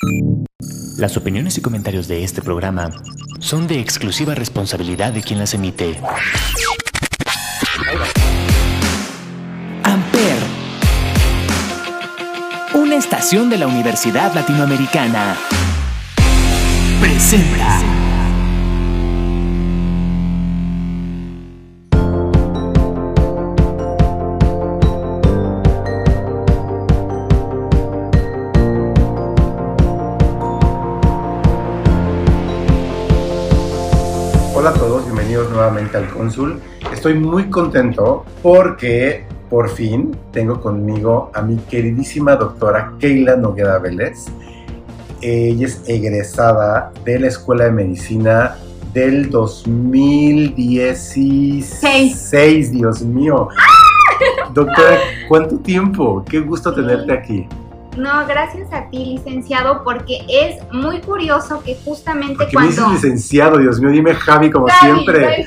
Las opiniones y comentarios de este programa son de exclusiva responsabilidad de quien las emite. Amper, una estación de la Universidad Latinoamericana, presenta. Hola a todos, bienvenidos nuevamente al Cónsul. Estoy muy contento porque por fin tengo conmigo a mi queridísima doctora Keila Nogueda Vélez. Ella es egresada de la Escuela de Medicina del 2016. Dios mío. Doctora, ¿cuánto tiempo? Qué gusto tenerte aquí. No, gracias a ti, licenciado, porque es muy curioso que justamente ¿Por qué cuando... me dices licenciado? Dios mío, dime Javi como Javi, siempre.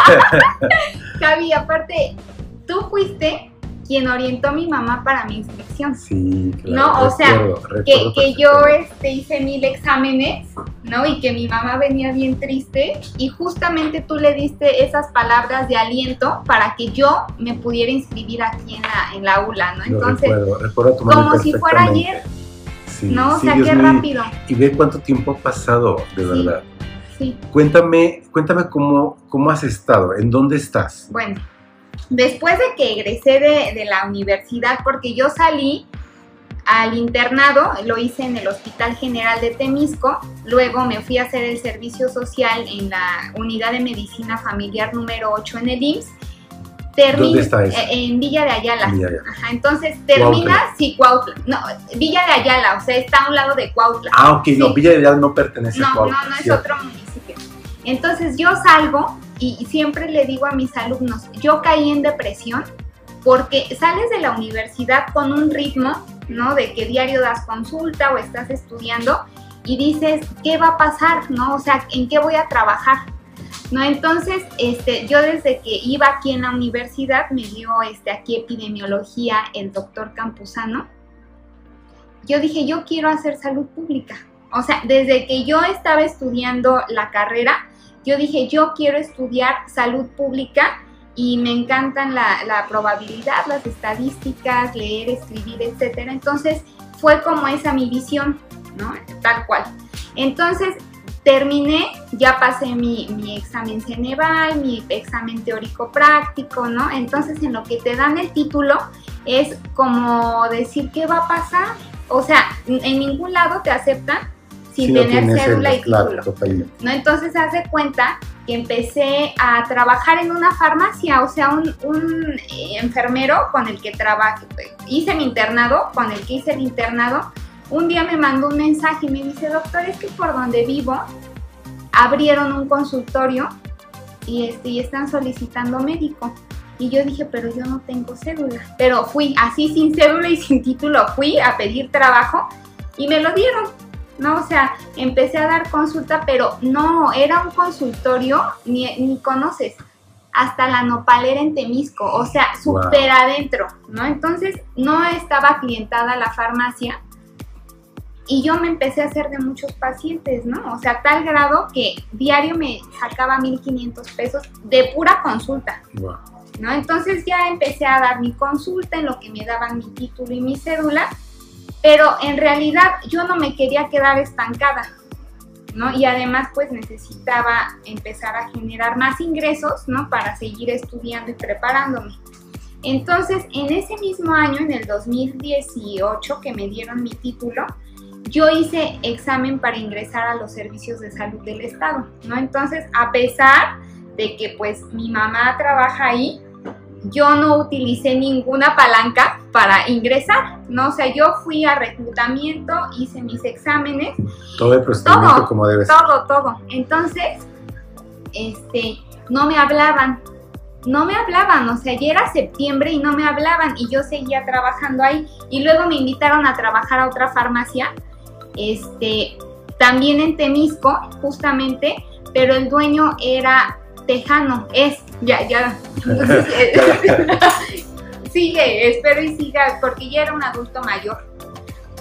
Javi, aparte, tú fuiste quien orientó a mi mamá para mi inscripción. Sí, claro. No, o sea, recuerdo que yo hice 1000 exámenes, ¿no? Y que mi mamá venía bien triste y justamente tú le diste esas palabras de aliento para que yo me pudiera inscribir aquí en la aula, ¿no? Entonces, recuerdo tu mami como si fuera ayer, sí, ¿no? O sí, sea, Dios qué mío, rápido. Y ve cuánto tiempo ha pasado, de Sí, verdad. Sí. Cuéntame cómo has estado, en dónde estás. Bueno, después de que egresé de la universidad, porque yo salí al internado, lo hice en el Hospital General de Temisco, luego me fui a hacer el servicio social en la Unidad de Medicina Familiar número 8 en el IMSS. ¿Dónde está eso? En Villa de Ayala. Villa de Ayala. Ajá, entonces terminas, sí, Cuautla. No, Villa de Ayala, o sea, está a un lado de Cuautla. Ah, ok, sí. No, Villa de Ayala no pertenece a Cuautla. No, es otro municipio. Entonces yo salgo y siempre le digo a mis alumnos, yo caí en depresión porque sales de la universidad con un ritmo, ¿no? De que diario das consulta o estás estudiando y dices, ¿qué va a pasar? ¿No? O sea, ¿en qué voy a trabajar? ¿No? Entonces, yo desde que iba aquí en la universidad, me dio aquí epidemiología el doctor Campuzano, yo dije, yo quiero hacer salud pública. O sea, desde que yo estaba estudiando la carrera, yo dije, yo quiero estudiar salud pública y me encantan la probabilidad, las estadísticas, leer, escribir, etcétera. Entonces, fue como esa mi visión, ¿no? Tal cual. Entonces, terminé, ya pasé mi examen Ceneval, mi examen teórico práctico, ¿no? Entonces, en lo que te dan el título, es como decir, ¿qué va a pasar? O sea, en ningún lado te aceptan sin tener cédula y título, ¿no? Entonces, haz de cuenta que empecé a trabajar en una farmacia, o sea, un enfermero con el que hice mi internado, con el que hice el internado, un día me mandó un mensaje y me dice, doctor, es que por donde vivo abrieron un consultorio y están solicitando médico. Y yo dije, pero yo no tengo cédula. Pero fui así sin cédula y sin título, fui a pedir trabajo y me lo dieron, ¿no? O sea, empecé a dar consulta, pero no, era un consultorio, ni conoces, hasta la Nopalera en Temisco, o sea, súper adentro, ¿no? Entonces, no estaba clientada la farmacia y yo me empecé a hacer de muchos pacientes, ¿no? O sea, a tal grado que diario me sacaba 1,500 pesos de pura consulta. Wow. ¿No? Entonces ya empecé a dar mi consulta en lo que me daban mi título y mi cédula, pero en realidad yo no me quería quedar estancada, ¿no? Y además pues necesitaba empezar a generar más ingresos, ¿no? Para seguir estudiando y preparándome. Entonces en ese mismo año, en el 2018 que me dieron mi título, yo hice examen para ingresar a los servicios de salud del estado, ¿no? Entonces, a pesar de que pues mi mamá trabaja ahí, yo no utilicé ninguna palanca para ingresar, ¿no? O sea, yo fui a reclutamiento, hice mis exámenes. Todo el procedimiento como debe ser. Todo. Entonces, no me hablaban, o sea, ya era septiembre y no me hablaban y yo seguía trabajando ahí. Y luego me invitaron a trabajar a otra farmacia, también en Temisco, justamente, pero el dueño era tejano, sigue, espero y siga, porque ya era un adulto mayor,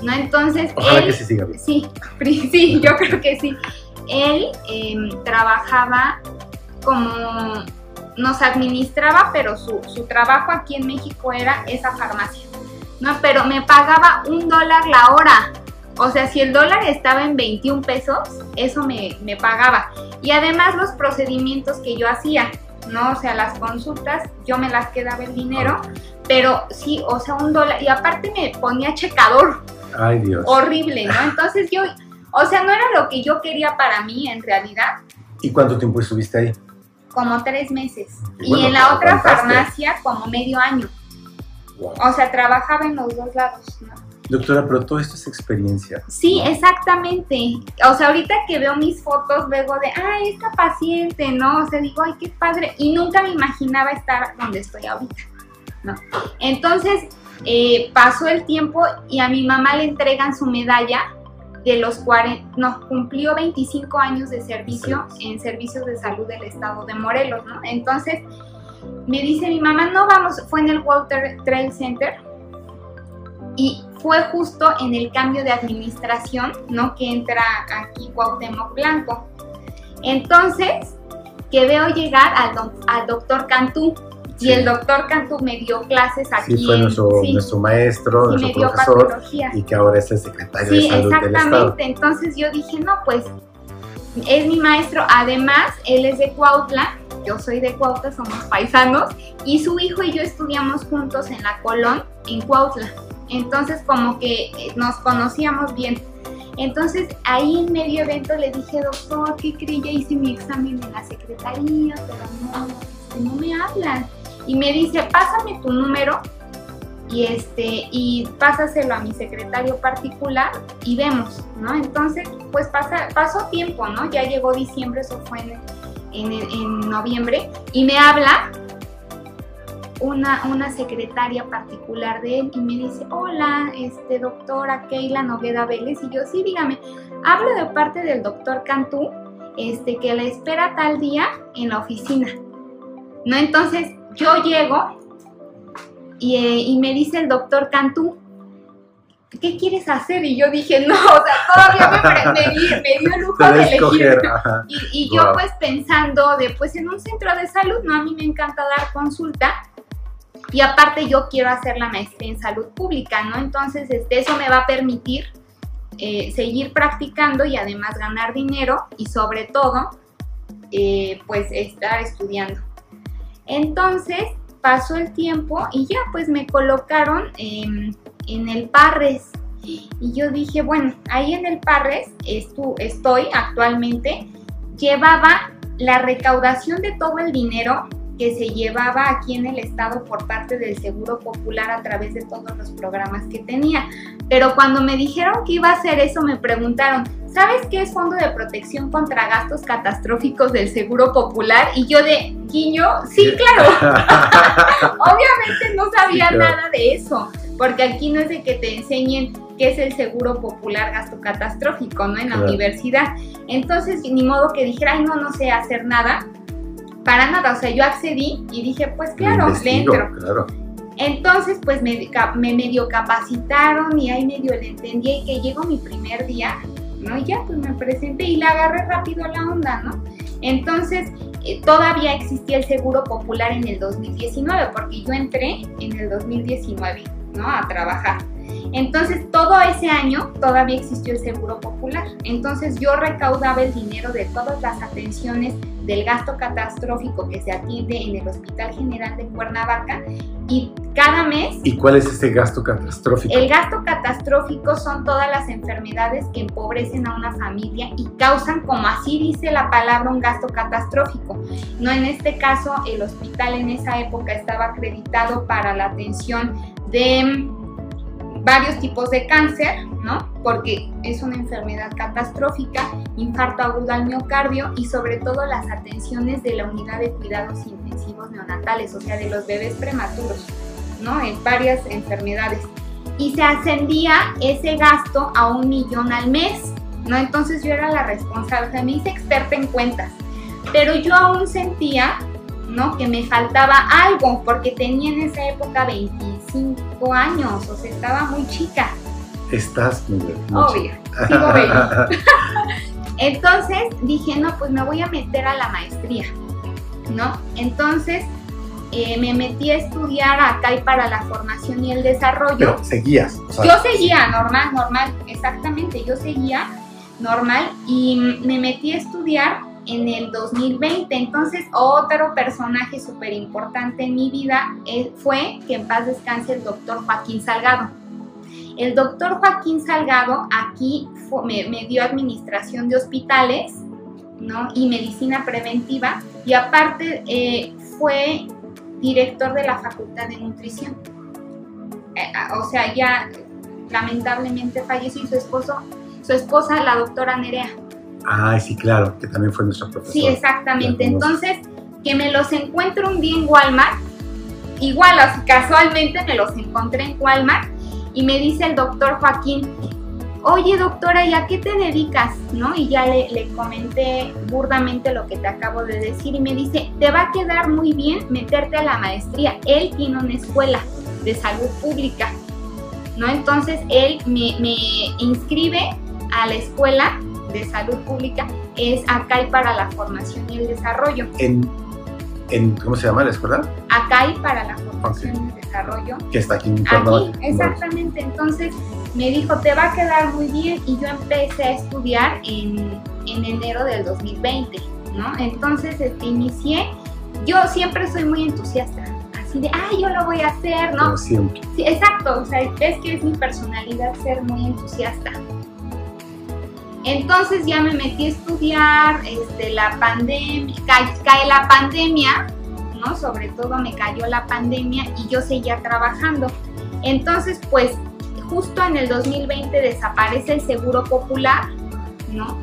¿no? Entonces, ojalá que se siga bien. Sí, yo creo que sí. Él trabajaba como, nos administraba, pero su trabajo aquí en México era esa farmacia, ¿no? Pero me pagaba $1 la hora. O sea, si el dólar estaba en 21 pesos, eso me pagaba. Y además los procedimientos que yo hacía, ¿no? O sea, las consultas, yo me las quedaba el dinero, pero sí, o sea, $1. Y aparte me ponía checador. Ay, Dios. Horrible, ¿no? Entonces yo, o sea, no era lo que yo quería para mí, en realidad. ¿Y cuánto tiempo estuviste ahí? Como 3 meses. Y bueno, en la otra aguantaste. farmacia, como medio año. Wow. O sea, trabajaba en los 2 lados, ¿no? Doctora, pero todo esto es experiencia. Sí, exactamente. O sea, ahorita que veo mis fotos, luego de, ay, esta paciente, ¿no? O sea, digo, ay, qué padre. Y nunca me imaginaba estar donde estoy ahorita, ¿no? Entonces, pasó el tiempo y a mi mamá le entregan su medalla de los 40, no, cumplió 25 años de servicio en servicios de salud del estado de Morelos, ¿no? Entonces, me dice mi mamá, no vamos, fue en el Walter Trade Center. Y fue justo en el cambio de administración, ¿no? Que entra aquí Cuauhtémoc Blanco. Entonces, que veo llegar al doctor Cantú. Sí. Y el doctor Cantú me dio clases aquí. Sí, fue nuestro maestro, sí, nuestro me dio profesor, patología. y que ahora es el secretario Sí, de salud del estado. exactamente. Entonces yo dije, no, pues, es mi maestro. Además, él es de Cuautla, yo soy de Cuautla, somos paisanos, y su hijo y yo estudiamos juntos en la Colón, en Cuautla. Entonces como que nos conocíamos bien. Entonces ahí en medio evento le dije, doctor, ¿qué cree? Ya hice mi examen en la secretaría, pero no me hablan. Y me dice, pásame tu número y pásaselo a mi secretario particular y vemos, ¿no? Entonces pues pasó tiempo, ¿no? Ya llegó diciembre, eso fue en noviembre, y me habla una secretaria particular de él y me dice, hola, doctora Keila Nogueda Vélez. Y yo, sí, dígame, hablo de parte del doctor Cantú, que la espera tal día en la oficina, ¿no? Entonces yo llego y me dice el doctor Cantú, ¿qué quieres hacer? Y yo dije, no, o sea, todavía me dio el lujo de elegir. Y yo pues pensando pues en un centro de salud, ¿no? A mí me encanta dar consulta. Y aparte yo quiero hacer la maestría en salud pública, ¿no? Entonces eso me va a permitir seguir practicando y además ganar dinero y sobre todo pues estar estudiando. Entonces pasó el tiempo y ya pues me colocaron en el Parres. Y yo dije, bueno, ahí en el Parres estoy actualmente. Llevaba la recaudación de todo el dinero que se llevaba aquí en el estado por parte del Seguro Popular a través de todos los programas que tenía. Pero cuando me dijeron que iba a hacer eso, me preguntaron, ¿sabes qué es Fondo de Protección contra Gastos Catastróficos del Seguro Popular? Y yo de guiño, sí, claro. Obviamente no sabía nada de eso, porque aquí no es de que te enseñen qué es el Seguro Popular Gasto Catastrófico, ¿no? En la universidad. Entonces, ni modo que dijera, ay, no sé hacer nada. Para nada, o sea, yo accedí y dije, pues claro, le entro. Claro. Entonces, pues me medio capacitaron y ahí medio le entendí y que llegó mi primer día, ¿no? Y ya, pues me presenté y le agarré rápido la onda, ¿no? Entonces, todavía existía el Seguro Popular en el 2019, porque yo entré en el 2019, ¿no? A trabajar. Entonces, todo ese año todavía existió el Seguro Popular. Entonces, yo recaudaba el dinero de todas las atenciones del gasto catastrófico que se atiende en el Hospital General de Cuernavaca y cada mes... ¿Y cuál es ese gasto catastrófico? El gasto catastrófico son todas las enfermedades que empobrecen a una familia y causan, como así dice la palabra, un gasto catastrófico. No, en este caso, el hospital en esa época estaba acreditado para la atención de varios tipos de cáncer, ¿no? Porque es una enfermedad catastrófica, infarto agudo al miocardio y sobre todo las atenciones de la unidad de cuidados intensivos neonatales, o sea, de los bebés prematuros, ¿no? En varias enfermedades. Y se ascendía ese gasto a 1 millón al mes, ¿no? Entonces yo era la responsable, o sea, me hice experta en cuentas, pero yo aún sentía, ¿no? Que me faltaba algo, porque tenía en esa época 25 años, o sea, estaba muy chica. Estás muy bien. Obvio, sigo bella. Entonces dije, no, pues me voy a meter a la maestría, ¿no? Entonces me metí a estudiar acá y para la formación y el desarrollo. Pero seguías. O sea, yo seguía normal, exactamente, yo seguía normal y me metí a estudiar en el 2020. Entonces otro personaje súper importante en mi vida fue, que en paz descanse, el doctor Joaquín Salgado. El doctor Joaquín Salgado aquí me dio administración de hospitales, ¿no? Y medicina preventiva, y aparte fue director de la Facultad de Nutrición. O sea, ya lamentablemente falleció, y su esposa, la doctora Nerea. Ay, sí, claro, que también fue nuestra profesora. Sí, exactamente. Entonces, que me los encuentro un día en Walmart, igual, así, casualmente me los encontré en Walmart, y me dice el doctor Joaquín, oye doctora, ¿y a qué te dedicas? ¿No? Y ya le comenté burdamente lo que te acabo de decir, y me dice, te va a quedar muy bien meterte a la maestría. Él tiene una escuela de salud pública, ¿no? Entonces él me inscribe a la escuela de salud pública, es ACAI para la formación y el desarrollo. ¿Cómo se llama la escuela? ACAI para la formación y el desarrollo. Que está aquí en Aquí, exactamente. Entonces me dijo, te va a quedar muy bien, y yo empecé a estudiar en enero del 2020, ¿no? Entonces inicié, yo siempre soy muy entusiasta, así de, yo lo voy a hacer, ¿no? Como siempre. Sí, exacto, o sea, es que es mi personalidad ser muy entusiasta. Entonces ya me metí a estudiar, la pandemia, cae la pandemia, ¿no? Sobre todo me cayó la pandemia y yo seguía trabajando. Entonces, pues, justo en el 2020 desaparece el Seguro Popular, ¿no?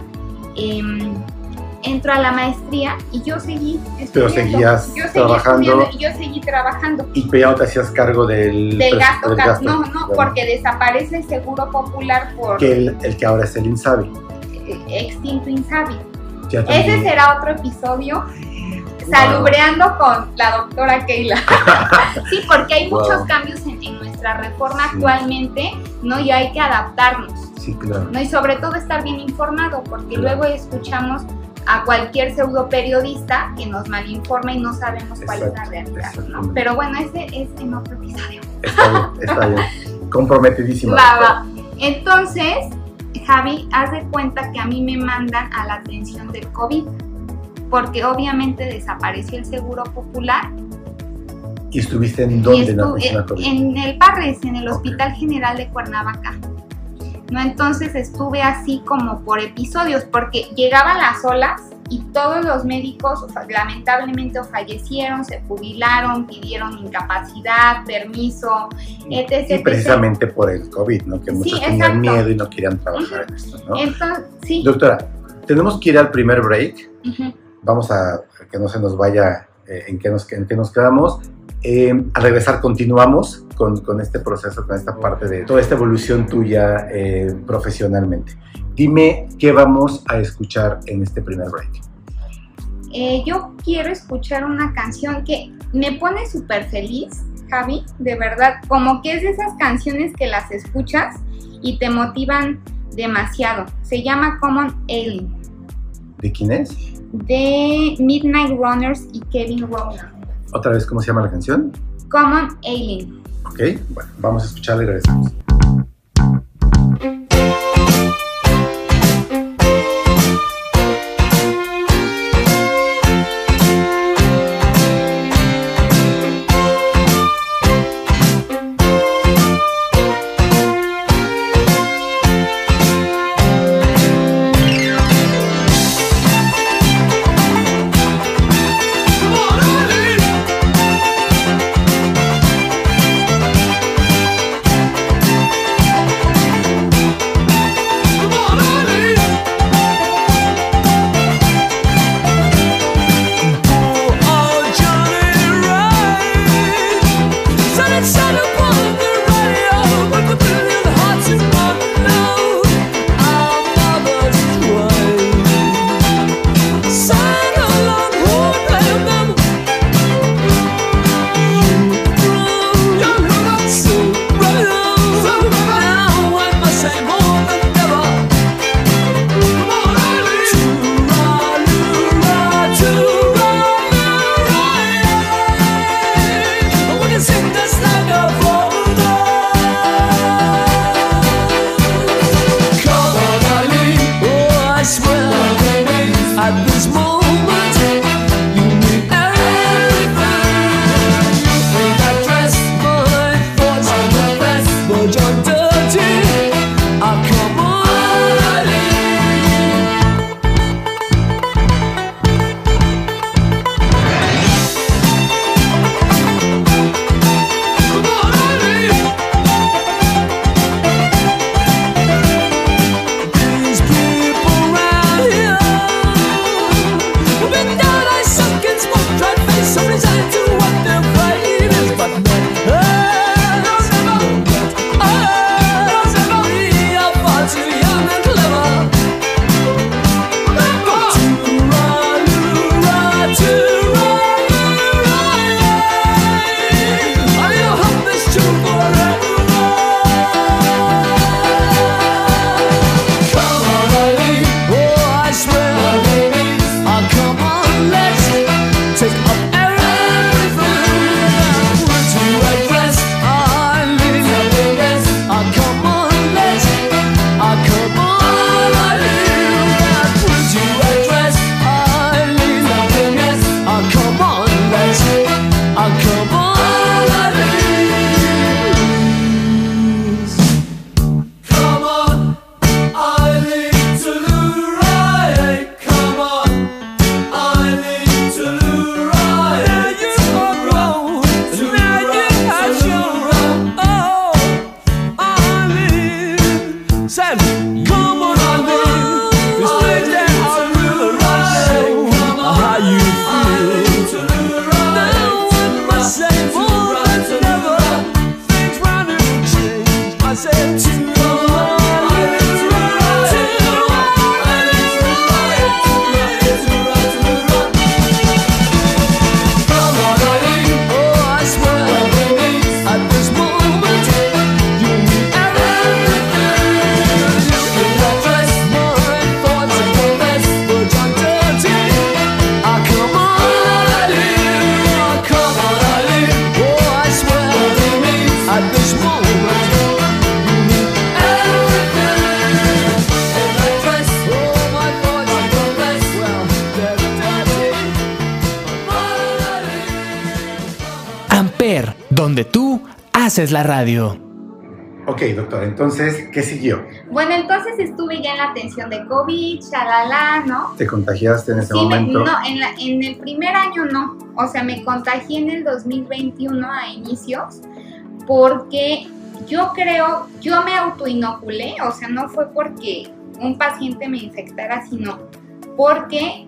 Entro a la maestría y yo seguí estudiando. Pero seguías trabajando. Y yo seguí trabajando. ¿Y ya no te hacías cargo del gasto? No, bueno, porque desaparece el Seguro Popular por... Que el que ahora es el INSABI. Extinto INSABI. Ese será otro episodio, salubreando con la doctora Keila. Sí, porque hay muchos cambios en nuestra reforma actualmente, ¿no? Y hay que adaptarnos. Sí, claro. ¿No? Y sobre todo estar bien informado, porque luego escuchamos a cualquier pseudo periodista que nos malinforma y no sabemos cuál es la realidad, ¿no? Pero bueno, ese es en otro episodio. Está bien. Comprometidísima. Va. Entonces, Javi, haz de cuenta que a mí me mandan a la atención del COVID, porque obviamente desapareció el Seguro Popular. ¿Y estuviste en dónde en la atención al COVID? En el Parres, en el Hospital General de Cuernavaca, ¿no? Entonces estuve así como por episodios, porque llegaban las olas y todos los médicos lamentablemente o fallecieron, se jubilaron, pidieron incapacidad, permiso, etc. Y precisamente por el COVID, ¿no? Que muchos tenían miedo y no querían trabajar en esto, ¿no? Entonces, sí. Doctora, tenemos que ir al primer break. Vamos a que no se nos vaya en qué nos quedamos. Al regresar continuamos con este proceso, con esta parte de toda esta evolución tuya profesionalmente. Dime qué vamos a escuchar en este primer break. Yo quiero escuchar una canción que me pone súper feliz, Javi, de verdad, como que es de esas canciones que las escuchas y te motivan demasiado. Se llama Common Ailing. ¿De quién es? De Midnight Runners y Kevin Rowland. ¿Otra vez cómo se llama la canción? Common Ailing. Ok, bueno, vamos a escucharla y regresamos. donde tú haces la radio. Ok, doctor, entonces, ¿qué siguió? Bueno, entonces estuve ya en la atención de COVID, shalala, ¿no? ¿Te contagiaste en ese Sí, momento? no, en el primer año no. O sea, me contagié en el 2021 a inicios porque yo me autoinoculé, o sea, no fue porque un paciente me infectara, sino porque,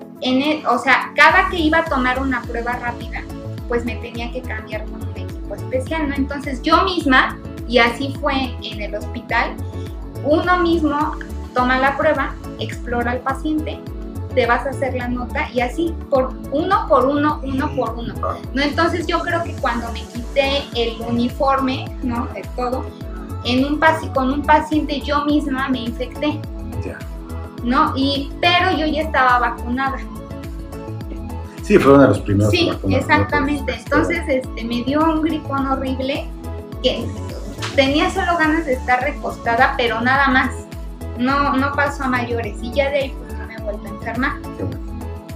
o sea, cada que iba a tomar una prueba rápida, pues me tenía que cambiar con un equipo especial, ¿no? Entonces yo misma, y así fue en el hospital, uno mismo toma la prueba, explora al paciente, te vas a hacer la nota y así uno por uno. ¿No? Entonces yo creo que cuando me quité el uniforme, ¿no? De todo, con un paciente yo misma me infecté. Ya. ¿No? Pero yo ya estaba vacunada. Sí, fueron de los primeros. Sí, vacunados, exactamente. ¿no? Entonces me dio un gripón horrible que tenía solo ganas de estar recostada, pero nada más. No pasó a mayores y ya de ahí pues no me he vuelto a enfermar. Qué bueno.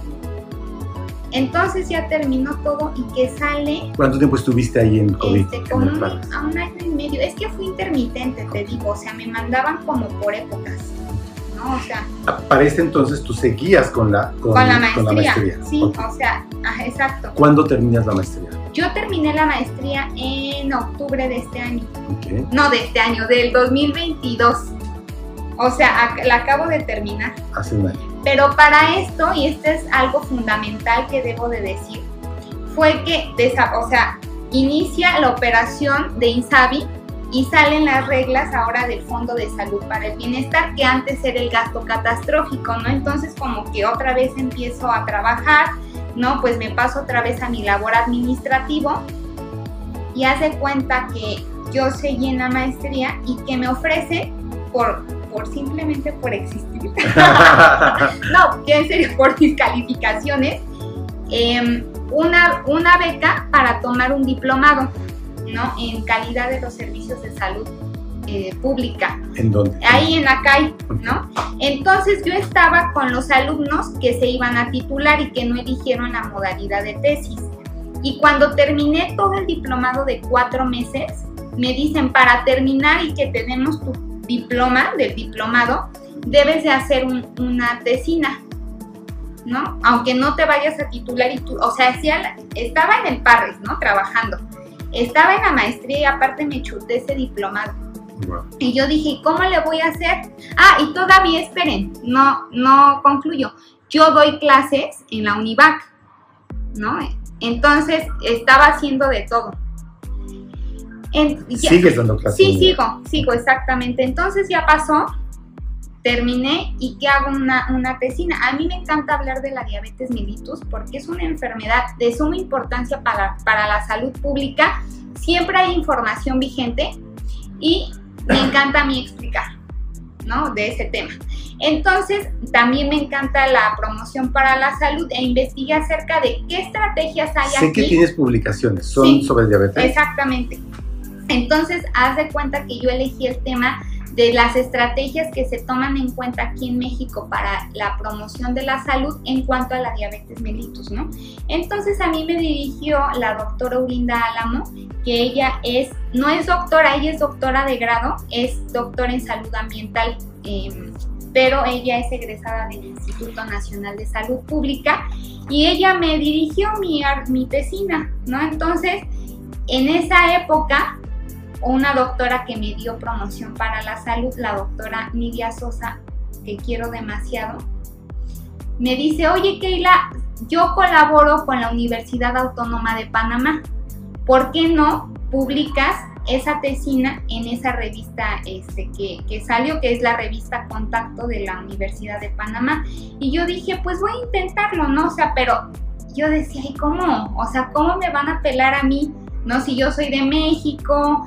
Entonces ya terminó todo y que sale ¿Cuánto tiempo estuviste ahí en COVID? como en el Palace? a un año y medio. Es que fui intermitente, te digo, o sea, me mandaban como por épocas, ¿no? O sea, Para este entonces tú seguías con la maestría. Sí, Ok. o sea, exacto. ¿Cuándo terminas la maestría? Yo terminé la maestría en octubre de este año. Ok. No, de este año, del 2022. O sea, la acabo de terminar. Hace un año. Pero para esto, y esto es algo fundamental que debo de decir, fue que, inicia la operación de INSABI y salen las reglas ahora del Fondo de Salud para el Bienestar, que antes era el gasto catastrófico, ¿no? Entonces como que otra vez empiezo a trabajar, ¿no? Pues me paso otra vez a mi labor administrativo y haz de cuenta que yo seguí en la maestría y que me ofrece simplemente por existir. No, que en serio, por mis calificaciones, una beca para tomar un diplomado, ¿no? En calidad de los servicios de salud. pública. ¿En dónde? Ahí en Acay, ¿no? Entonces yo estaba con los alumnos que se iban a titular y que no eligieron la modalidad de tesis. Y cuando terminé todo el diplomado de 4 meses, me dicen, para terminar y que tenemos tu diploma del diplomado, debes de hacer una tesina, ¿no? Aunque no te vayas a titular y tú, o sea, estaba en el Parres, ¿no? Trabajando. Estaba en la maestría y aparte me chuté ese diplomado. Wow. Y yo dije, ¿cómo le voy a hacer? Ah, y todavía esperen, no concluyo. Yo doy clases en la Univac, ¿no? Entonces estaba haciendo de todo. ¿Sigues dando clases? Sí, sigo, exactamente. Entonces ya pasó, terminé y ¿qué hago? Una tesina. A mí me encanta hablar de la diabetes mellitus porque es una enfermedad de suma importancia para la salud pública. Siempre hay información vigente y me encanta a mí explicar, ¿no? De ese tema. Entonces, también me encanta la promoción para la salud e investigué acerca de qué estrategias hay aquí. Sé que tienes publicaciones, ¿son sobre diabetes? Exactamente. Entonces, haz de cuenta que yo elegí el tema de las estrategias que se toman en cuenta aquí en México para la promoción de la salud en cuanto a la diabetes mellitus, ¿no? Entonces, a mí me dirigió la doctora Aurinda Álamo, que ella no es doctora, ella es doctora de grado, es doctora en salud ambiental, pero ella es egresada del Instituto Nacional de Salud Pública y ella me dirigió mi tesina, ¿no? Entonces, en esa época, una doctora que me dio promoción para la salud, la doctora Nidia Sosa, que quiero demasiado, me dice, oye Keila, yo colaboro con la Universidad Autónoma de Panamá, ¿por qué no publicas esa tesina en esa revista que salió, que es la revista Contacto de la Universidad de Panamá? Y yo dije, pues voy a intentarlo, ¿no? O sea, pero yo decía, ¿y cómo? O sea, ¿cómo me van a pelar a mí? No, si yo soy de México,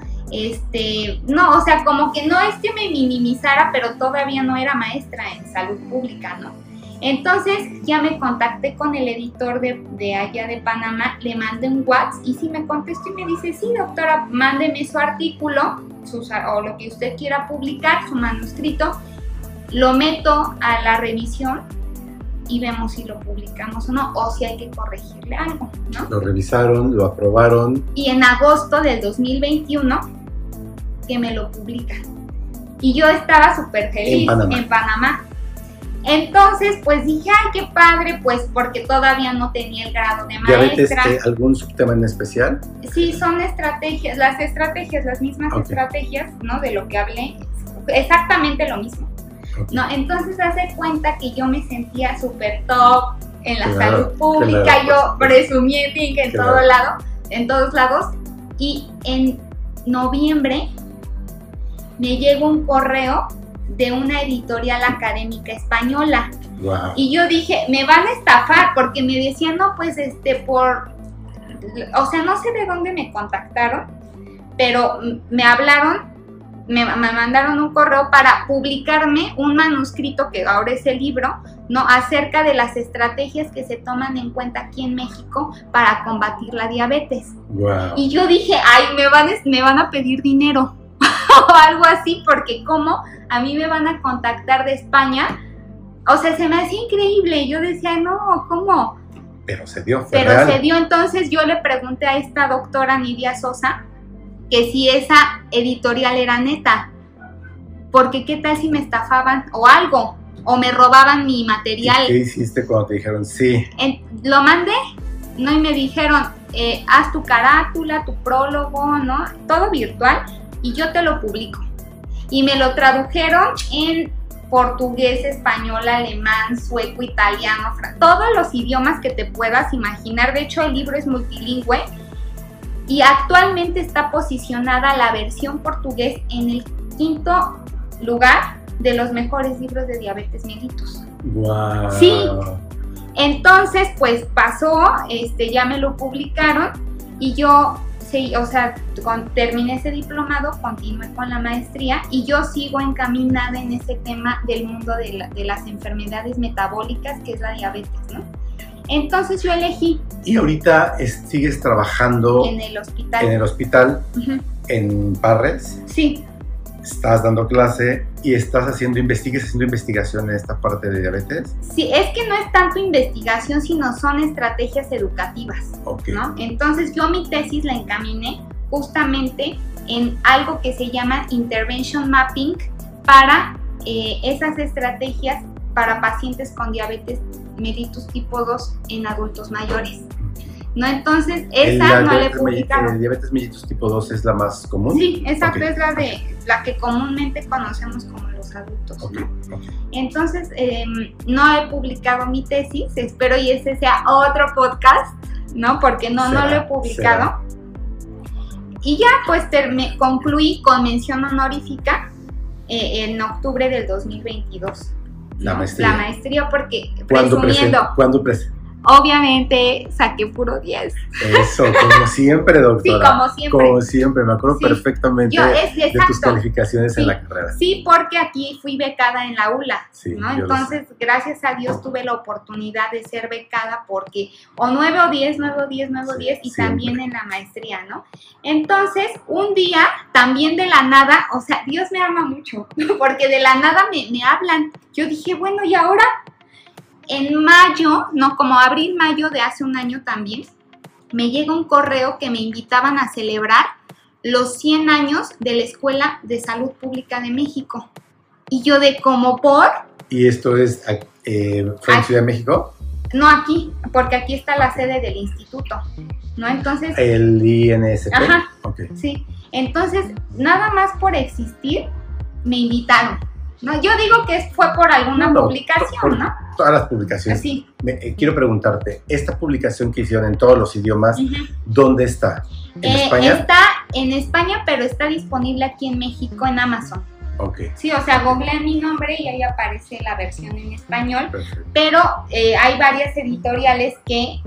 no, o sea, como que no es que me minimizara, pero todavía no era maestra en salud pública, ¿no? Entonces ya me contacté con el editor de allá de Panamá, le mandé un WhatsApp y sí me contestó y me dice, sí doctora, mándeme su artículo o lo que usted quiera publicar, su manuscrito, lo meto a la revisión y vemos si lo publicamos o no, o si hay que corregirle algo, ¿no? Lo revisaron, lo aprobaron. Y en agosto del 2021 que me lo publican. Y yo estaba súper feliz en Panamá. Entonces, pues dije, ay, qué padre, pues porque todavía no tenía el grado de maestra. ¿Diabetes, algún subtema en especial? Sí, son estrategias, las mismas estrategias, ¿no? De lo que hablé, exactamente lo mismo. Okay. ¿No? Entonces, hace cuenta que yo me sentía súper top en la salud pública, yo presumí en todos lados, y en noviembre me llegó un correo de una editorial académica española. Wow. Y yo dije, me van a estafar, porque me decían, no, pues o sea, no sé de dónde me contactaron, pero me hablaron, me mandaron un correo para publicarme un manuscrito, que ahora es el libro, ¿no? Acerca de las estrategias que se toman en cuenta aquí en México para combatir la diabetes. Wow. Y yo dije, ay, me van a pedir dinero. O algo así, porque como a mí me van a contactar de España, o sea, se me hacía increíble. Yo decía, no, ¿cómo? Pero se dio, entonces yo le pregunté a esta doctora Nidia Sosa que si esa editorial era neta, porque qué tal si me estafaban o algo, o me robaban mi material. ¿Y qué hiciste cuando te dijeron sí? Lo mandé, ¿no? Y me dijeron, haz tu carátula, tu prólogo, ¿no? Todo virtual. Y yo te lo publico. Y me lo tradujeron en portugués, español, alemán, sueco, italiano, todos los idiomas que te puedas imaginar. De hecho, el libro es multilingüe y actualmente está posicionada la versión portugués en el 5º lugar de los mejores libros de diabetes mellitus. ¡Wow! Sí. Entonces, pues pasó, ya me lo publicaron y yo... Sí, o sea, terminé ese diplomado, continué con la maestría y yo sigo encaminada en ese tema del mundo de las enfermedades metabólicas, que es la diabetes, ¿no? Entonces yo elegí... ¿Y ahorita sigues trabajando en el hospital? En el hospital, en Parres. Sí. estás dando clase y estás haciendo investigación en esta parte de diabetes. Sí, es que no es tanto investigación, sino son estrategias educativas, Okay. ¿no? Entonces yo mi tesis la encaminé justamente en algo que se llama Intervention Mapping para esas estrategias para pacientes con diabetes mellitus tipo 2 en adultos mayores, ¿no? Entonces esa no la he publicado. ¿El diabetes mellitus tipo 2 es la más común? Sí, exacto, Okay. es la que comúnmente conocemos como los adultos, Okay. ¿no? Okay. Entonces, no he publicado mi tesis, espero y ese sea otro podcast, ¿no? Porque no lo he publicado. Y ya pues concluí con mención honorífica en octubre del 2022. La maestría. La maestría, porque ¿Cuándo presumiendo, obviamente saqué puro 10. Eso, como siempre, doctora. Sí, como siempre. Como siempre, me acuerdo perfectamente de tus calificaciones en la carrera. Sí, porque aquí fui becada en la ULA, Sí, ¿no? Entonces, gracias a Dios tuve la oportunidad de ser becada porque o 9 o 10 y siempre. también en la maestría, ¿no? Entonces, un día, también de la nada, o sea, Dios me ama mucho, porque de la nada me hablan. Yo dije, bueno, ¿y ahora? En mayo, no, como abril, mayo de hace un año también, me llega un correo que me invitaban a celebrar los 100 años de la Escuela de Salud Pública de México. Y yo de como por... ¿Y esto es fue en Ciudad de México? No aquí, porque aquí está la sede del instituto, ¿no? Entonces... El INSP. Ajá, Okay. sí. Entonces, nada más por existir, me invitaron, ¿no? Yo digo que fue por alguna publicación, ¿no? Todas las publicaciones. Sí. Quiero preguntarte, esta publicación que hicieron en todos los idiomas, Uh-huh. ¿dónde está? ¿En España? Está en España, pero está disponible aquí en México en Amazon. Ok, Sí, o sea, googlean mi nombre y ahí aparece la versión en español, perfecto. pero hay varias editoriales que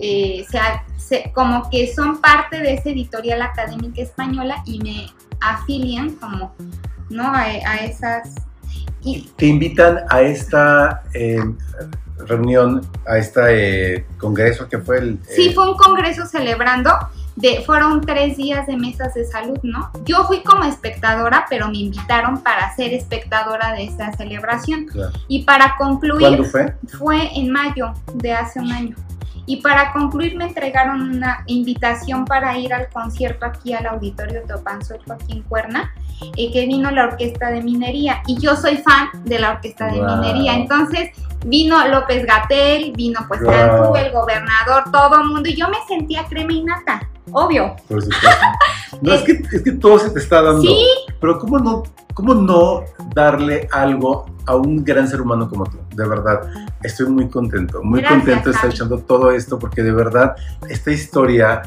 como que son parte de esa editorial académica española y me afilian como, ¿no? A esas... Y, ¿Te invitan a esta reunión, a este congreso que fue el... sí, fue un congreso celebrando, fueron 3 días de mesas de salud, ¿no? Yo fui como espectadora, pero me invitaron para ser espectadora de esta celebración. Claro. Y para concluir... ¿Cuándo fue? Fue en mayo de hace un año. Y para concluir me entregaron una invitación para ir al concierto aquí al Auditorio Teopanzolco, aquí en Cuerna, que vino la Orquesta de Minería. Y yo soy fan de la Orquesta de Minería. Entonces vino López-Gatell, vino pues Cantú, el gobernador, todo el mundo. Y yo me sentía crema y nata, obvio. Por supuesto. No, es que todo se te está dando. Sí. Pero ¿cómo no darle algo a un gran ser humano como tú? De verdad, estoy muy contento. Muy contento de estar echando todo esto porque de verdad esta historia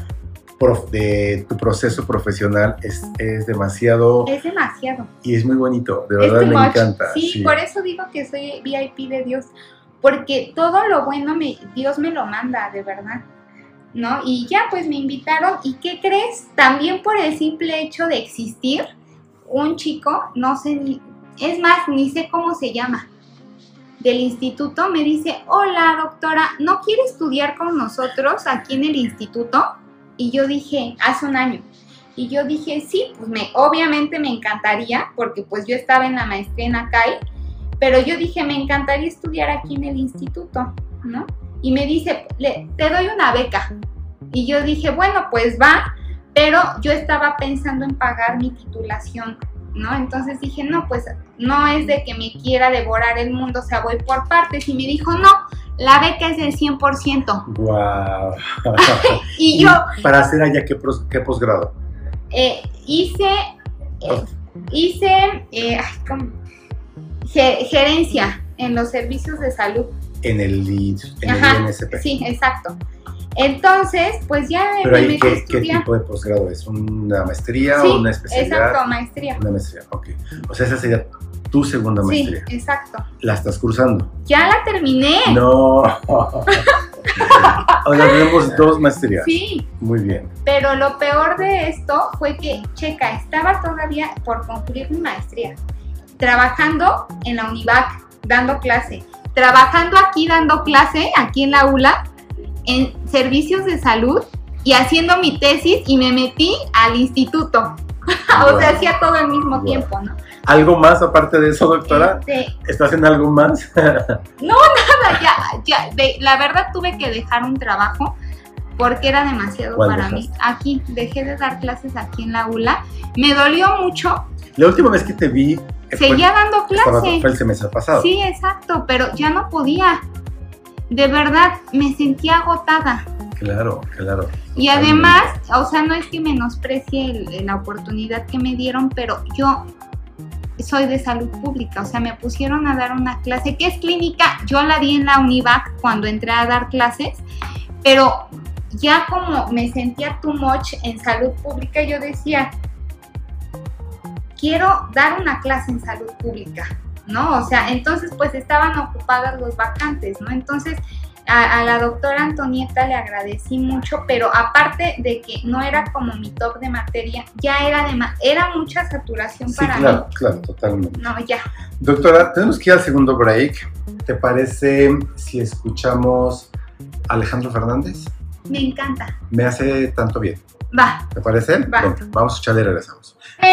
de tu proceso profesional es demasiado... Es demasiado. Y es muy bonito, de verdad me encanta. Sí, por eso digo que soy VIP de Dios, porque todo lo bueno Dios me lo manda, de verdad, ¿no? Y ya pues me invitaron, ¿y qué crees? También por el simple hecho de existir, un chico, no sé ni sé cómo se llama, del instituto, me dice, hola doctora, ¿no quiere estudiar con nosotros aquí en el instituto? Y yo dije, hace un año, y yo dije, sí, pues obviamente me encantaría, porque pues yo estaba en la maestría en ACAI, pero yo dije, me encantaría estudiar aquí en el instituto, ¿no? Y me dice, te doy una beca. Y yo dije, bueno, pues va, pero yo estaba pensando en pagar mi titulación, ¿no? Entonces dije, no, pues no es de que me quiera devorar el mundo, o sea, voy por partes. Y me dijo, no, la beca es del 100%. ¡Guau! Y yo... ¿Para hacer allá qué posgrado? Hice gerencia en los servicios de salud. En el INSP. Sí, exacto. Entonces, pues ya ¿Pero me metí a qué estudiar. tipo de posgrado es? ¿Una maestría Sí, o una especialidad? Exacto, maestría. Una maestría, ok. O sea, esa sería tu segunda maestría. Sí, exacto. ¿La estás cursando? Ya la terminé. No. Ahora tenemos 2 maestrías. Sí. Muy bien. Pero lo peor de esto fue que, checa, estaba todavía por concluir mi maestría, trabajando en la UNIVAC, dando clase, trabajando aquí dando clase, aquí en la ULA, en servicios de salud y haciendo mi tesis y me metí al instituto. O sea, hacía todo al mismo tiempo, ¿no? ¿Algo más aparte de eso, doctora? ¿Estás en algo más? No, nada, ya, la verdad tuve que dejar un trabajo porque era demasiado para mí. Aquí, dejé de dar clases aquí en la ULA. Me dolió mucho. La última vez que te vi... Seguía dando clases. Fue el semestre pasado. Sí, exacto, pero ya no podía. De verdad, me sentía agotada. Claro. Y además, o sea, no es que menosprecie la oportunidad que me dieron, pero yo soy de salud pública, o sea, me pusieron a dar una clase que es clínica. Yo la di en la Univac cuando entré a dar clases, pero ya como me sentía too much en salud pública, yo decía, quiero dar una clase en salud pública, ¿no? O sea, entonces pues estaban ocupadas los vacantes, ¿no? Entonces a la doctora Antonieta le agradecí mucho, pero aparte de que no era como mi top de materia, ya era mucha saturación para mí. Claro, totalmente. No, ya. Doctora, tenemos que ir al segundo break. ¿Te parece si escuchamos a Alejandro Fernández? Me encanta. Me hace tanto bien. Va. ¿Te parece? Va. Venga, vamos a escucharle y regresamos.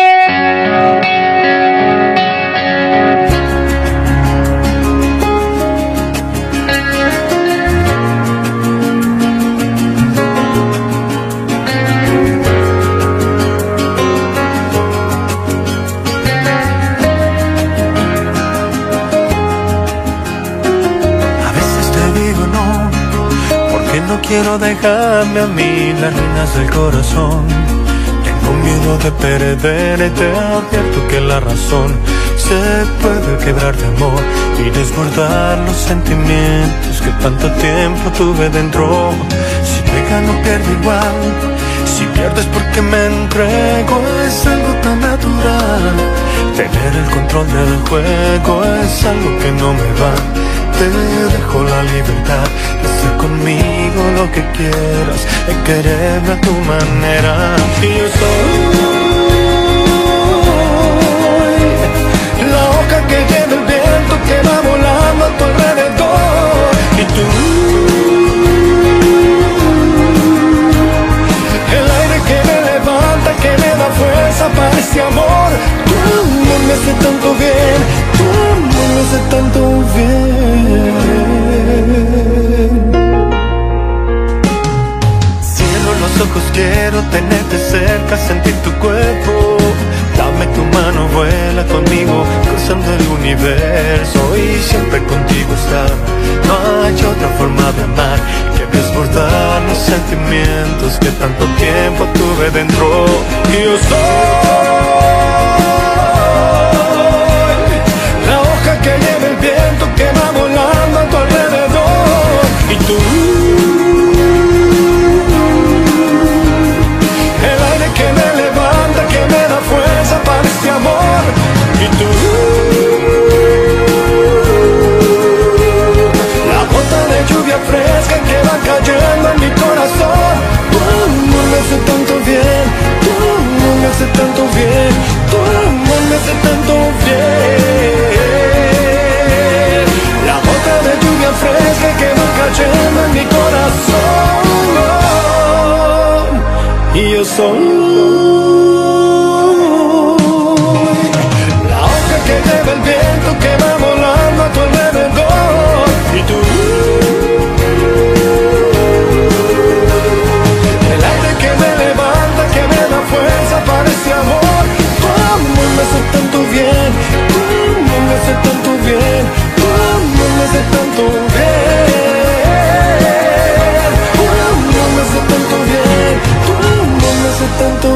No quiero dejarme a mí las riendas del corazón. Tengo miedo de perder y te advierto que la razón se puede quebrar de amor y desbordar los sentimientos que tanto tiempo tuve dentro. Si te gano pierdo igual, si pierdes porque me entrego, es algo tan natural. Tener el control del juego es algo que no me va. Te dejo la libertad de hacer conmigo lo que quieras, de quererme a tu manera. Y yo soy la hoja que lleva el viento que va volando a tu alrededor. Y tú, el aire que me levanta, que me da fuerza para ese amor. Tu amor me hace tanto bien, tu amor me hace tanto bien. Cierro los ojos, quiero tenerte cerca, sentir tu cuerpo. Dame tu mano, vuela conmigo, cruzando el universo y siempre contigo estar. No hay otra forma de amar que desbordar los sentimientos que tanto tiempo tuve dentro. Y yo soy la hoja que lleva el viento que va volando a tu alrededor. Y tú, el aire que me levanta, que me da fuerza para este amor. Y tú, la gota de lluvia fresca que va cayendo en mi corazón. Tu amor me hace tanto bien, tu amor me hace tanto bien, tu amor me hace tanto bien. La gota de lluvia fresca que va cayendo en mi corazón. Y yo soy la hoja que lleva el viento que va volando a tu alrededor. Y tú, el aire que me levanta, que me da fuerza para ese amor. Tu amor me hace tanto bien, tu amor me hace tanto bien, tu amor me hace tanto bien, tu amor me hace tanto bien, tu amor me hace tanto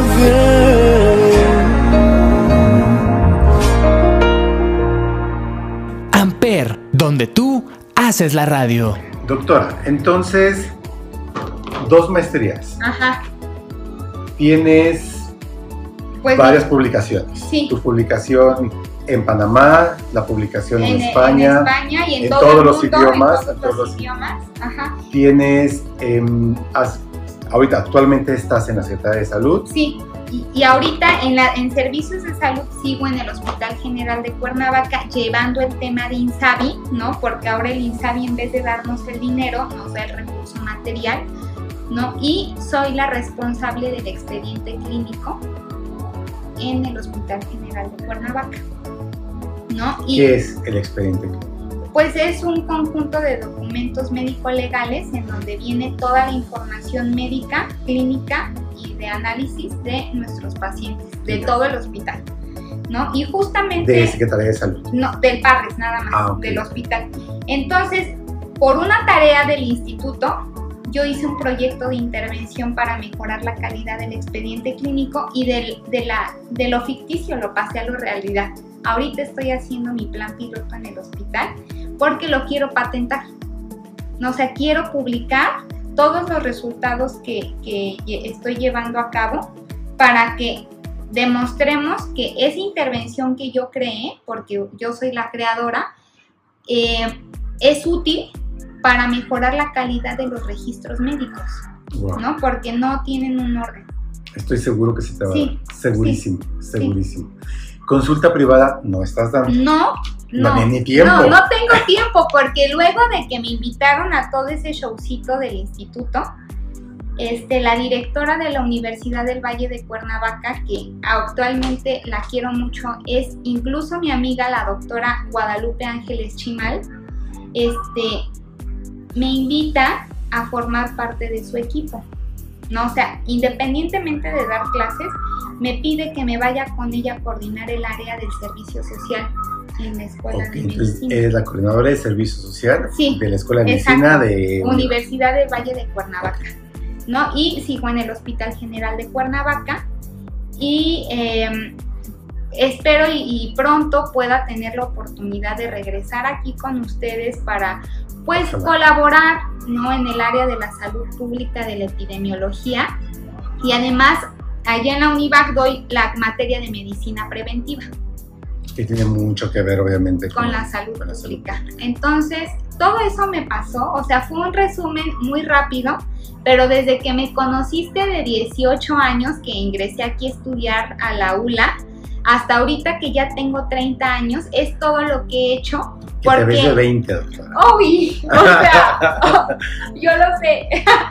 bien. Amper, donde tú haces la radio. Doctora, entonces, 2 maestrías. Ajá. Tienes Pues varias publicaciones. Sí. Tu publicación en Panamá, la publicación en En España, España y en en todo todos el los mundo, idiomas, en todos los idiomas. Ajá. Tienes, ahorita actualmente estás en la Secretaría de Salud. Sí, y ahorita en servicios de salud sigo en el Hospital General de Cuernavaca llevando el tema de INSABI, ¿no? Porque ahora el INSABI, en vez de darnos el dinero, nos da el recurso material, ¿no? Y soy la responsable del expediente clínico en el Hospital General de Cuernavaca, ¿no? ¿Qué es el expediente clínico? Pues es un conjunto de documentos médico-legales en donde viene toda la información médica, clínica y de análisis de nuestros pacientes, de todo el hospital, ¿no? Y justamente... ¿De Secretaría de Salud? No, del PARRES nada más, Okay. del hospital. Entonces, por una tarea del instituto, yo hice un proyecto de intervención para mejorar la calidad del expediente clínico y de lo ficticio lo pasé a la realidad. Ahorita estoy haciendo mi plan piloto en el hospital porque lo quiero patentar. No, o sea, quiero publicar todos los resultados que estoy llevando a cabo para que demostremos que esa intervención que yo creé, porque yo soy la creadora, es útil para mejorar la calidad de los registros médicos, Wow. ¿no? Porque no tienen un orden. Estoy seguro que se te va a dar. Sí, Segurísimo, segurísimo. Consulta privada no estás dando. No, Ni tiempo. no tengo tiempo porque luego de que me invitaron a todo ese showcito del instituto, la directora de la Universidad del Valle de Cuernavaca, que actualmente la quiero mucho, es incluso mi amiga la doctora Guadalupe Ángeles Chimal, me invita a formar parte de su equipo, ¿no? O sea, independientemente de dar clases, me pide que me vaya con ella a coordinar el área del servicio social en la Escuela de Entonces, Medicina. eres la coordinadora de servicio social Sí, de la Escuela de exacto. Medicina de Universidad del Valle de Cuernavaca, ¿no? Y sigo en el Hospital General de Cuernavaca y espero y pronto pueda tener la oportunidad de regresar aquí con ustedes para pues colaborar, ¿no? En el área de la salud pública, de la epidemiología, y además allá en la Univac doy la materia de medicina preventiva. que tiene mucho que ver obviamente con la salud con la salud. pública. Entonces, todo eso me pasó, o sea, fue un resumen muy rápido, pero desde que me conociste de 18 años que ingresé aquí a estudiar a la ULA, hasta ahorita que ya tengo 30 años, es todo lo que he hecho. Que te ves de 20, doctora. ¡Uy! O sea, yo lo sé.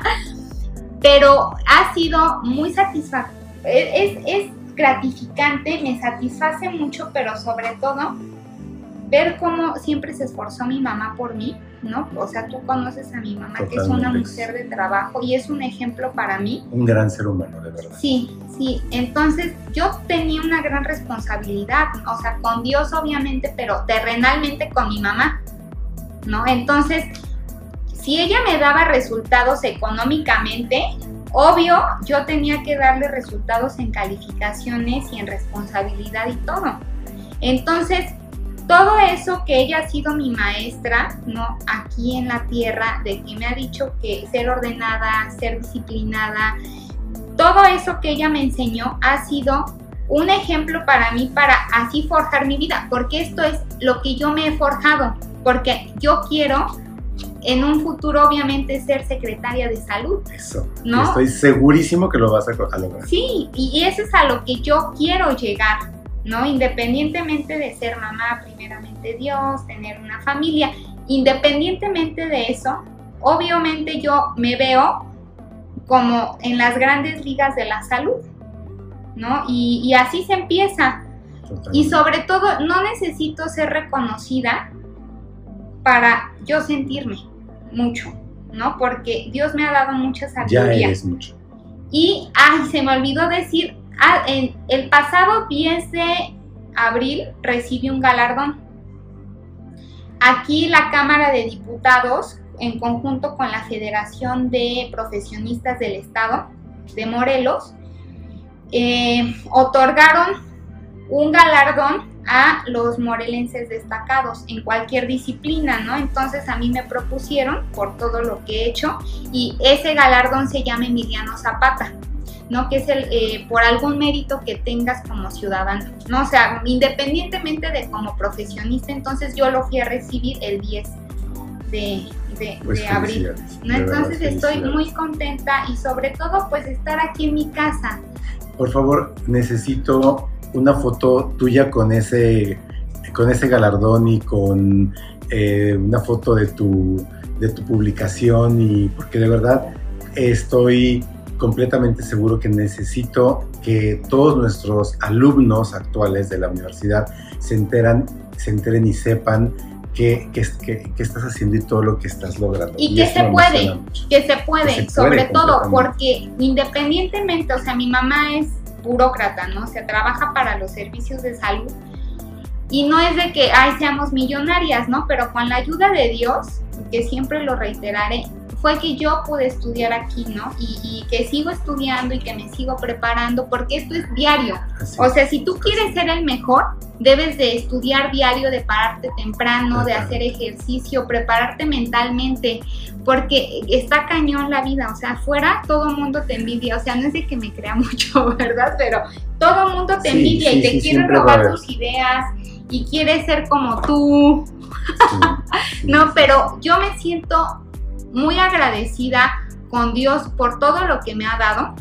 Pero ha sido muy satisfactorio. Es gratificante, me satisface mucho, pero sobre todo ver cómo siempre se esforzó mi mamá por mí, ¿no? O sea, tú conoces a mi mamá, que es una mujer de trabajo y es un ejemplo para mí. Un gran ser humano, de verdad. Sí, sí. Entonces, yo tenía una gran responsabilidad, o sea, con Dios obviamente, pero terrenalmente con mi mamá, ¿no? Entonces, si ella me daba resultados económicamente, obvio, yo tenía que darle resultados en calificaciones y en responsabilidad y todo. Entonces, todo eso que ella ha sido mi maestra, ¿no? Aquí en la tierra, de que me ha dicho que ser ordenada, ser disciplinada, todo eso que ella me enseñó ha sido un ejemplo para mí para así forjar mi vida, porque esto es lo que yo me he forjado, porque yo quiero en un futuro obviamente ser secretaria de salud. Eso, ¿no? Estoy segurísimo que lo vas a lograr. Sí, y eso es a lo que yo quiero llegar, ¿no? Independientemente de ser mamá, primeramente Dios, tener una familia, independientemente de eso, obviamente yo me veo como en las grandes ligas de la salud, ¿no? Y así se empieza. Totalmente. Y sobre todo, no necesito ser reconocida para yo sentirme mucho, ¿no? Porque Dios me ha dado mucha sabiduría. Ya eres mucho. Y, se me olvidó decir, en el pasado 10 de abril recibí un galardón. Aquí la Cámara de Diputados, en conjunto con la Federación de Profesionistas del Estado de Morelos, otorgaron un galardón a los morelenses destacados en cualquier disciplina, ¿no? Entonces a mí me propusieron por todo lo que he hecho y ese galardón se llama Emiliano Zapata, ¿no? Que es por algún mérito que tengas como ciudadano, ¿no? O sea, independientemente de como profesionista, entonces yo lo fui a recibir el 10 de abril, ¿no? Entonces estoy muy contenta y sobre todo pues estar aquí en mi casa. Por favor, necesito una foto tuya con ese galardón y con una foto de tu publicación, y porque de verdad estoy completamente seguro que necesito que todos nuestros alumnos actuales de la universidad se enteren y sepan qué estás haciendo y todo lo que estás logrando. Y que se puede, sobre todo, porque independientemente, o sea, mi mamá es burócrata, ¿no? O sea, trabaja para los servicios de salud y no es de que, seamos millonarias, ¿no? Pero con la ayuda de Dios, que siempre lo reiteraré, fue que yo pude estudiar aquí, ¿no? Y que sigo estudiando y que me sigo preparando, porque esto es diario. O sea, si tú quieres ser el mejor, debes de estudiar diario, de pararte temprano, de hacer ejercicio, prepararte mentalmente, porque está cañón la vida. O sea, afuera todo el mundo te envidia. O sea, no es de que me crea mucho, ¿verdad? Pero todo el mundo te envidia y te quiere robar tus ideas y quiere ser como tú. No, pero yo me siento muy agradecida con Dios por todo lo que me ha dado,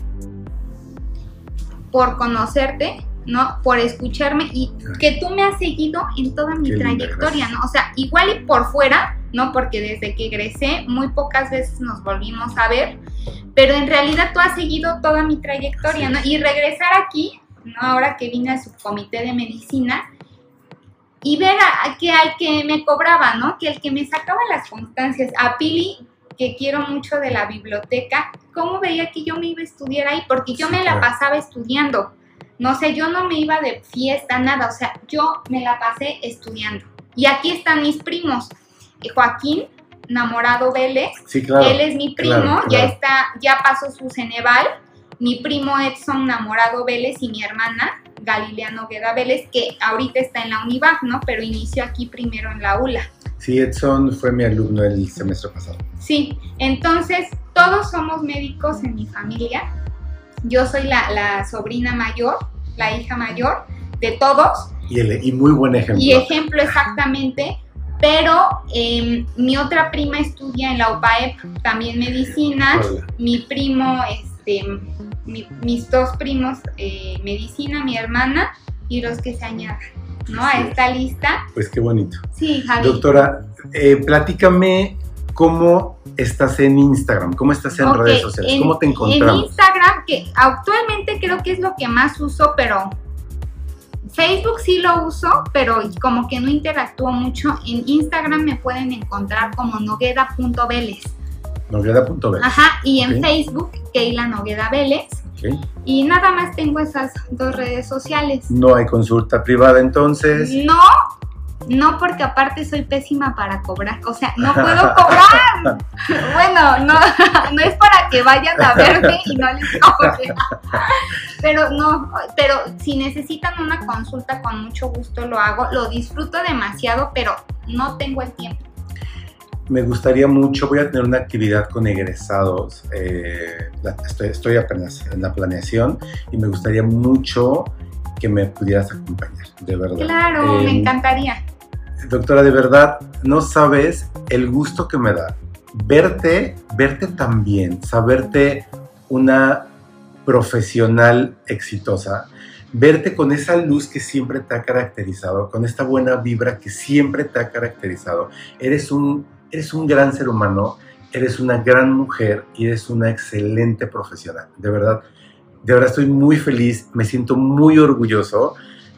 por conocerte, ¿no? Por escucharme y que tú me has seguido en toda mi trayectoria, ¿no? O sea, igual y por fuera, ¿no? Porque desde que egresé muy pocas veces nos volvimos a ver, pero en realidad tú has seguido toda mi trayectoria, ¿no? Y regresar aquí, ¿no? Ahora que vine al subcomité de medicina y ver que al que me cobraba, ¿no? Que el que me sacaba las constancias, a Pili, que quiero mucho de la biblioteca, ¿cómo veía que yo me iba a estudiar ahí? Porque yo me la pasaba estudiando, no sé, yo no me iba de fiesta, nada, o sea, yo me la pasé estudiando. Y aquí están mis primos, Joaquín Namorado Vélez, sí, claro, él es mi primo, claro. Ya pasó su Ceneval, mi primo Edson Namorado Vélez y mi hermana Galilea Nogueda Vélez, que ahorita está en la Univac, ¿no? Pero inició aquí primero en la ULA. Sí, Edson fue mi alumno el semestre pasado. Sí, entonces todos somos médicos en mi familia. Yo soy la sobrina mayor, la hija mayor de todos. Y muy buen ejemplo. Y ejemplo exactamente, pero mi otra prima estudia en la UPAEP, también medicina. Hola. Mi primo, mis dos primos, medicina, mi hermana y los que se añadan, ¿no? A esta lista. Pues qué bonito. Sí, Javi. Doctora, platícame cómo estás en Instagram, cómo estás en redes sociales, cómo te encontramos. En Instagram, que actualmente creo que es lo que más uso, pero Facebook sí lo uso, pero como que no interactúo mucho. En Instagram me pueden encontrar como nogueda.vélez. Nogueda.vélez. Ajá, y en Facebook, Keila Nogueda Vélez. Okay. Y nada más tengo esas dos redes sociales. ¿No hay consulta privada entonces? No, porque aparte soy pésima para cobrar, o sea, no puedo cobrar. Bueno, no es para que vayan a verme y no les cobre. Pero si necesitan una consulta, con mucho gusto lo hago, lo disfruto demasiado, pero no tengo el tiempo. Me gustaría mucho, voy a tener una actividad con egresados, estoy apenas en la planeación y me gustaría mucho que me pudieras acompañar, de verdad. Claro, me encantaría. Doctora, de verdad, no sabes el gusto que me da verte tan bien, saberte una profesional exitosa, verte con esa luz que siempre te ha caracterizado, con esta buena vibra que siempre te ha caracterizado. Eres un gran ser humano, eres una gran mujer y eres una excelente profesional. De verdad estoy muy feliz, me siento muy orgulloso.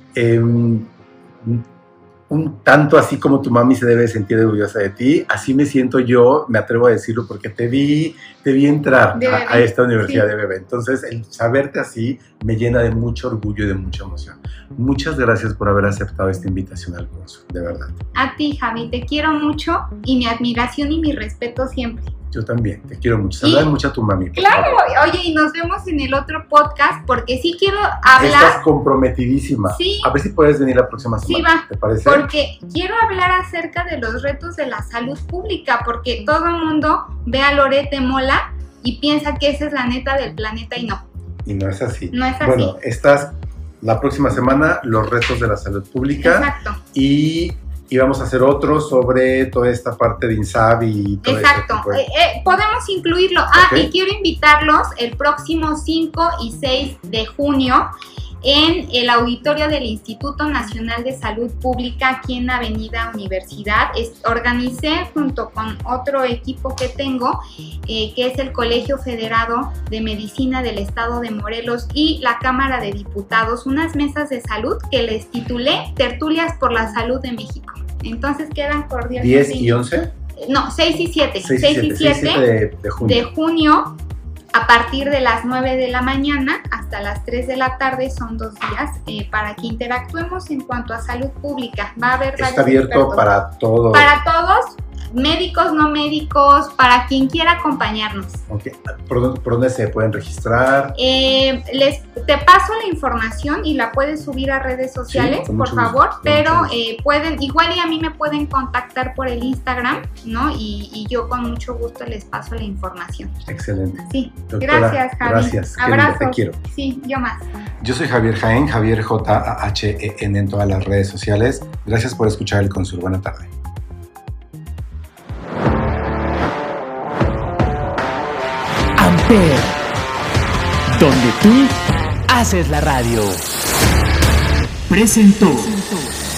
Un tanto así como tu mami se debe sentir orgullosa de ti, así me siento yo, me atrevo a decirlo, porque te vi entrar a esta universidad de bebé. Entonces, el saberte así me llena de mucho orgullo y de mucha emoción. Muchas gracias por haber aceptado esta invitación al curso, de verdad. A ti, Javi, te quiero mucho y mi admiración y mi respeto siempre. Yo también, te quiero mucho. Saluda mucho a tu mami. Claro, oye, y nos vemos en el otro podcast porque sí quiero hablar. Estás comprometidísima. Sí. A ver si puedes venir la próxima semana. Sí, va. ¿Te parece? Porque quiero hablar acerca de los retos de la salud pública, porque todo el mundo ve a Loret de Mola y piensa que esa es la neta del planeta y no. Y no es así. No es así. Bueno, estás la próxima semana, los retos de la salud pública. Exacto. Y vamos a hacer otro sobre toda esta parte de INSABI y todo eso. Exacto, podemos incluirlo. Okay. Y quiero invitarlos el próximo 5 y 6 de junio. en el auditorio del Instituto Nacional de Salud Pública, aquí en Avenida Universidad. Organicé junto con otro equipo que tengo, que es el Colegio Federado de Medicina del Estado de Morelos y la Cámara de Diputados, unas mesas de salud que les titulé Tertulias por la Salud de México. Entonces quedan cordialmente. ¿10 y 11? No, 6 y 7. 6 y 7 de junio. A partir de las 9 de la mañana hasta las 3 de la tarde, son 2 días para que interactuemos en cuanto a salud pública. Va a haber varios Está abierto expertos. para todos. Para todos, médicos, no médicos, para quien quiera acompañarnos. Okay. ¿Por dónde se pueden registrar? Te paso la información y la puedes subir a redes sociales, sí, por favor, gusto, pero pueden, igual y a mí me pueden contactar por el Instagram, ¿no? Y yo con mucho gusto les paso la información. Excelente. Sí, doctora, gracias, Javi. Gracias, Abrazos. Te quiero. Sí, yo más. Yo soy Javier Jaén, Javier Jahen en todas las redes sociales. Gracias por escuchar El Cónsul. Buena tarde. Amper, donde tú haces la radio. Presentó.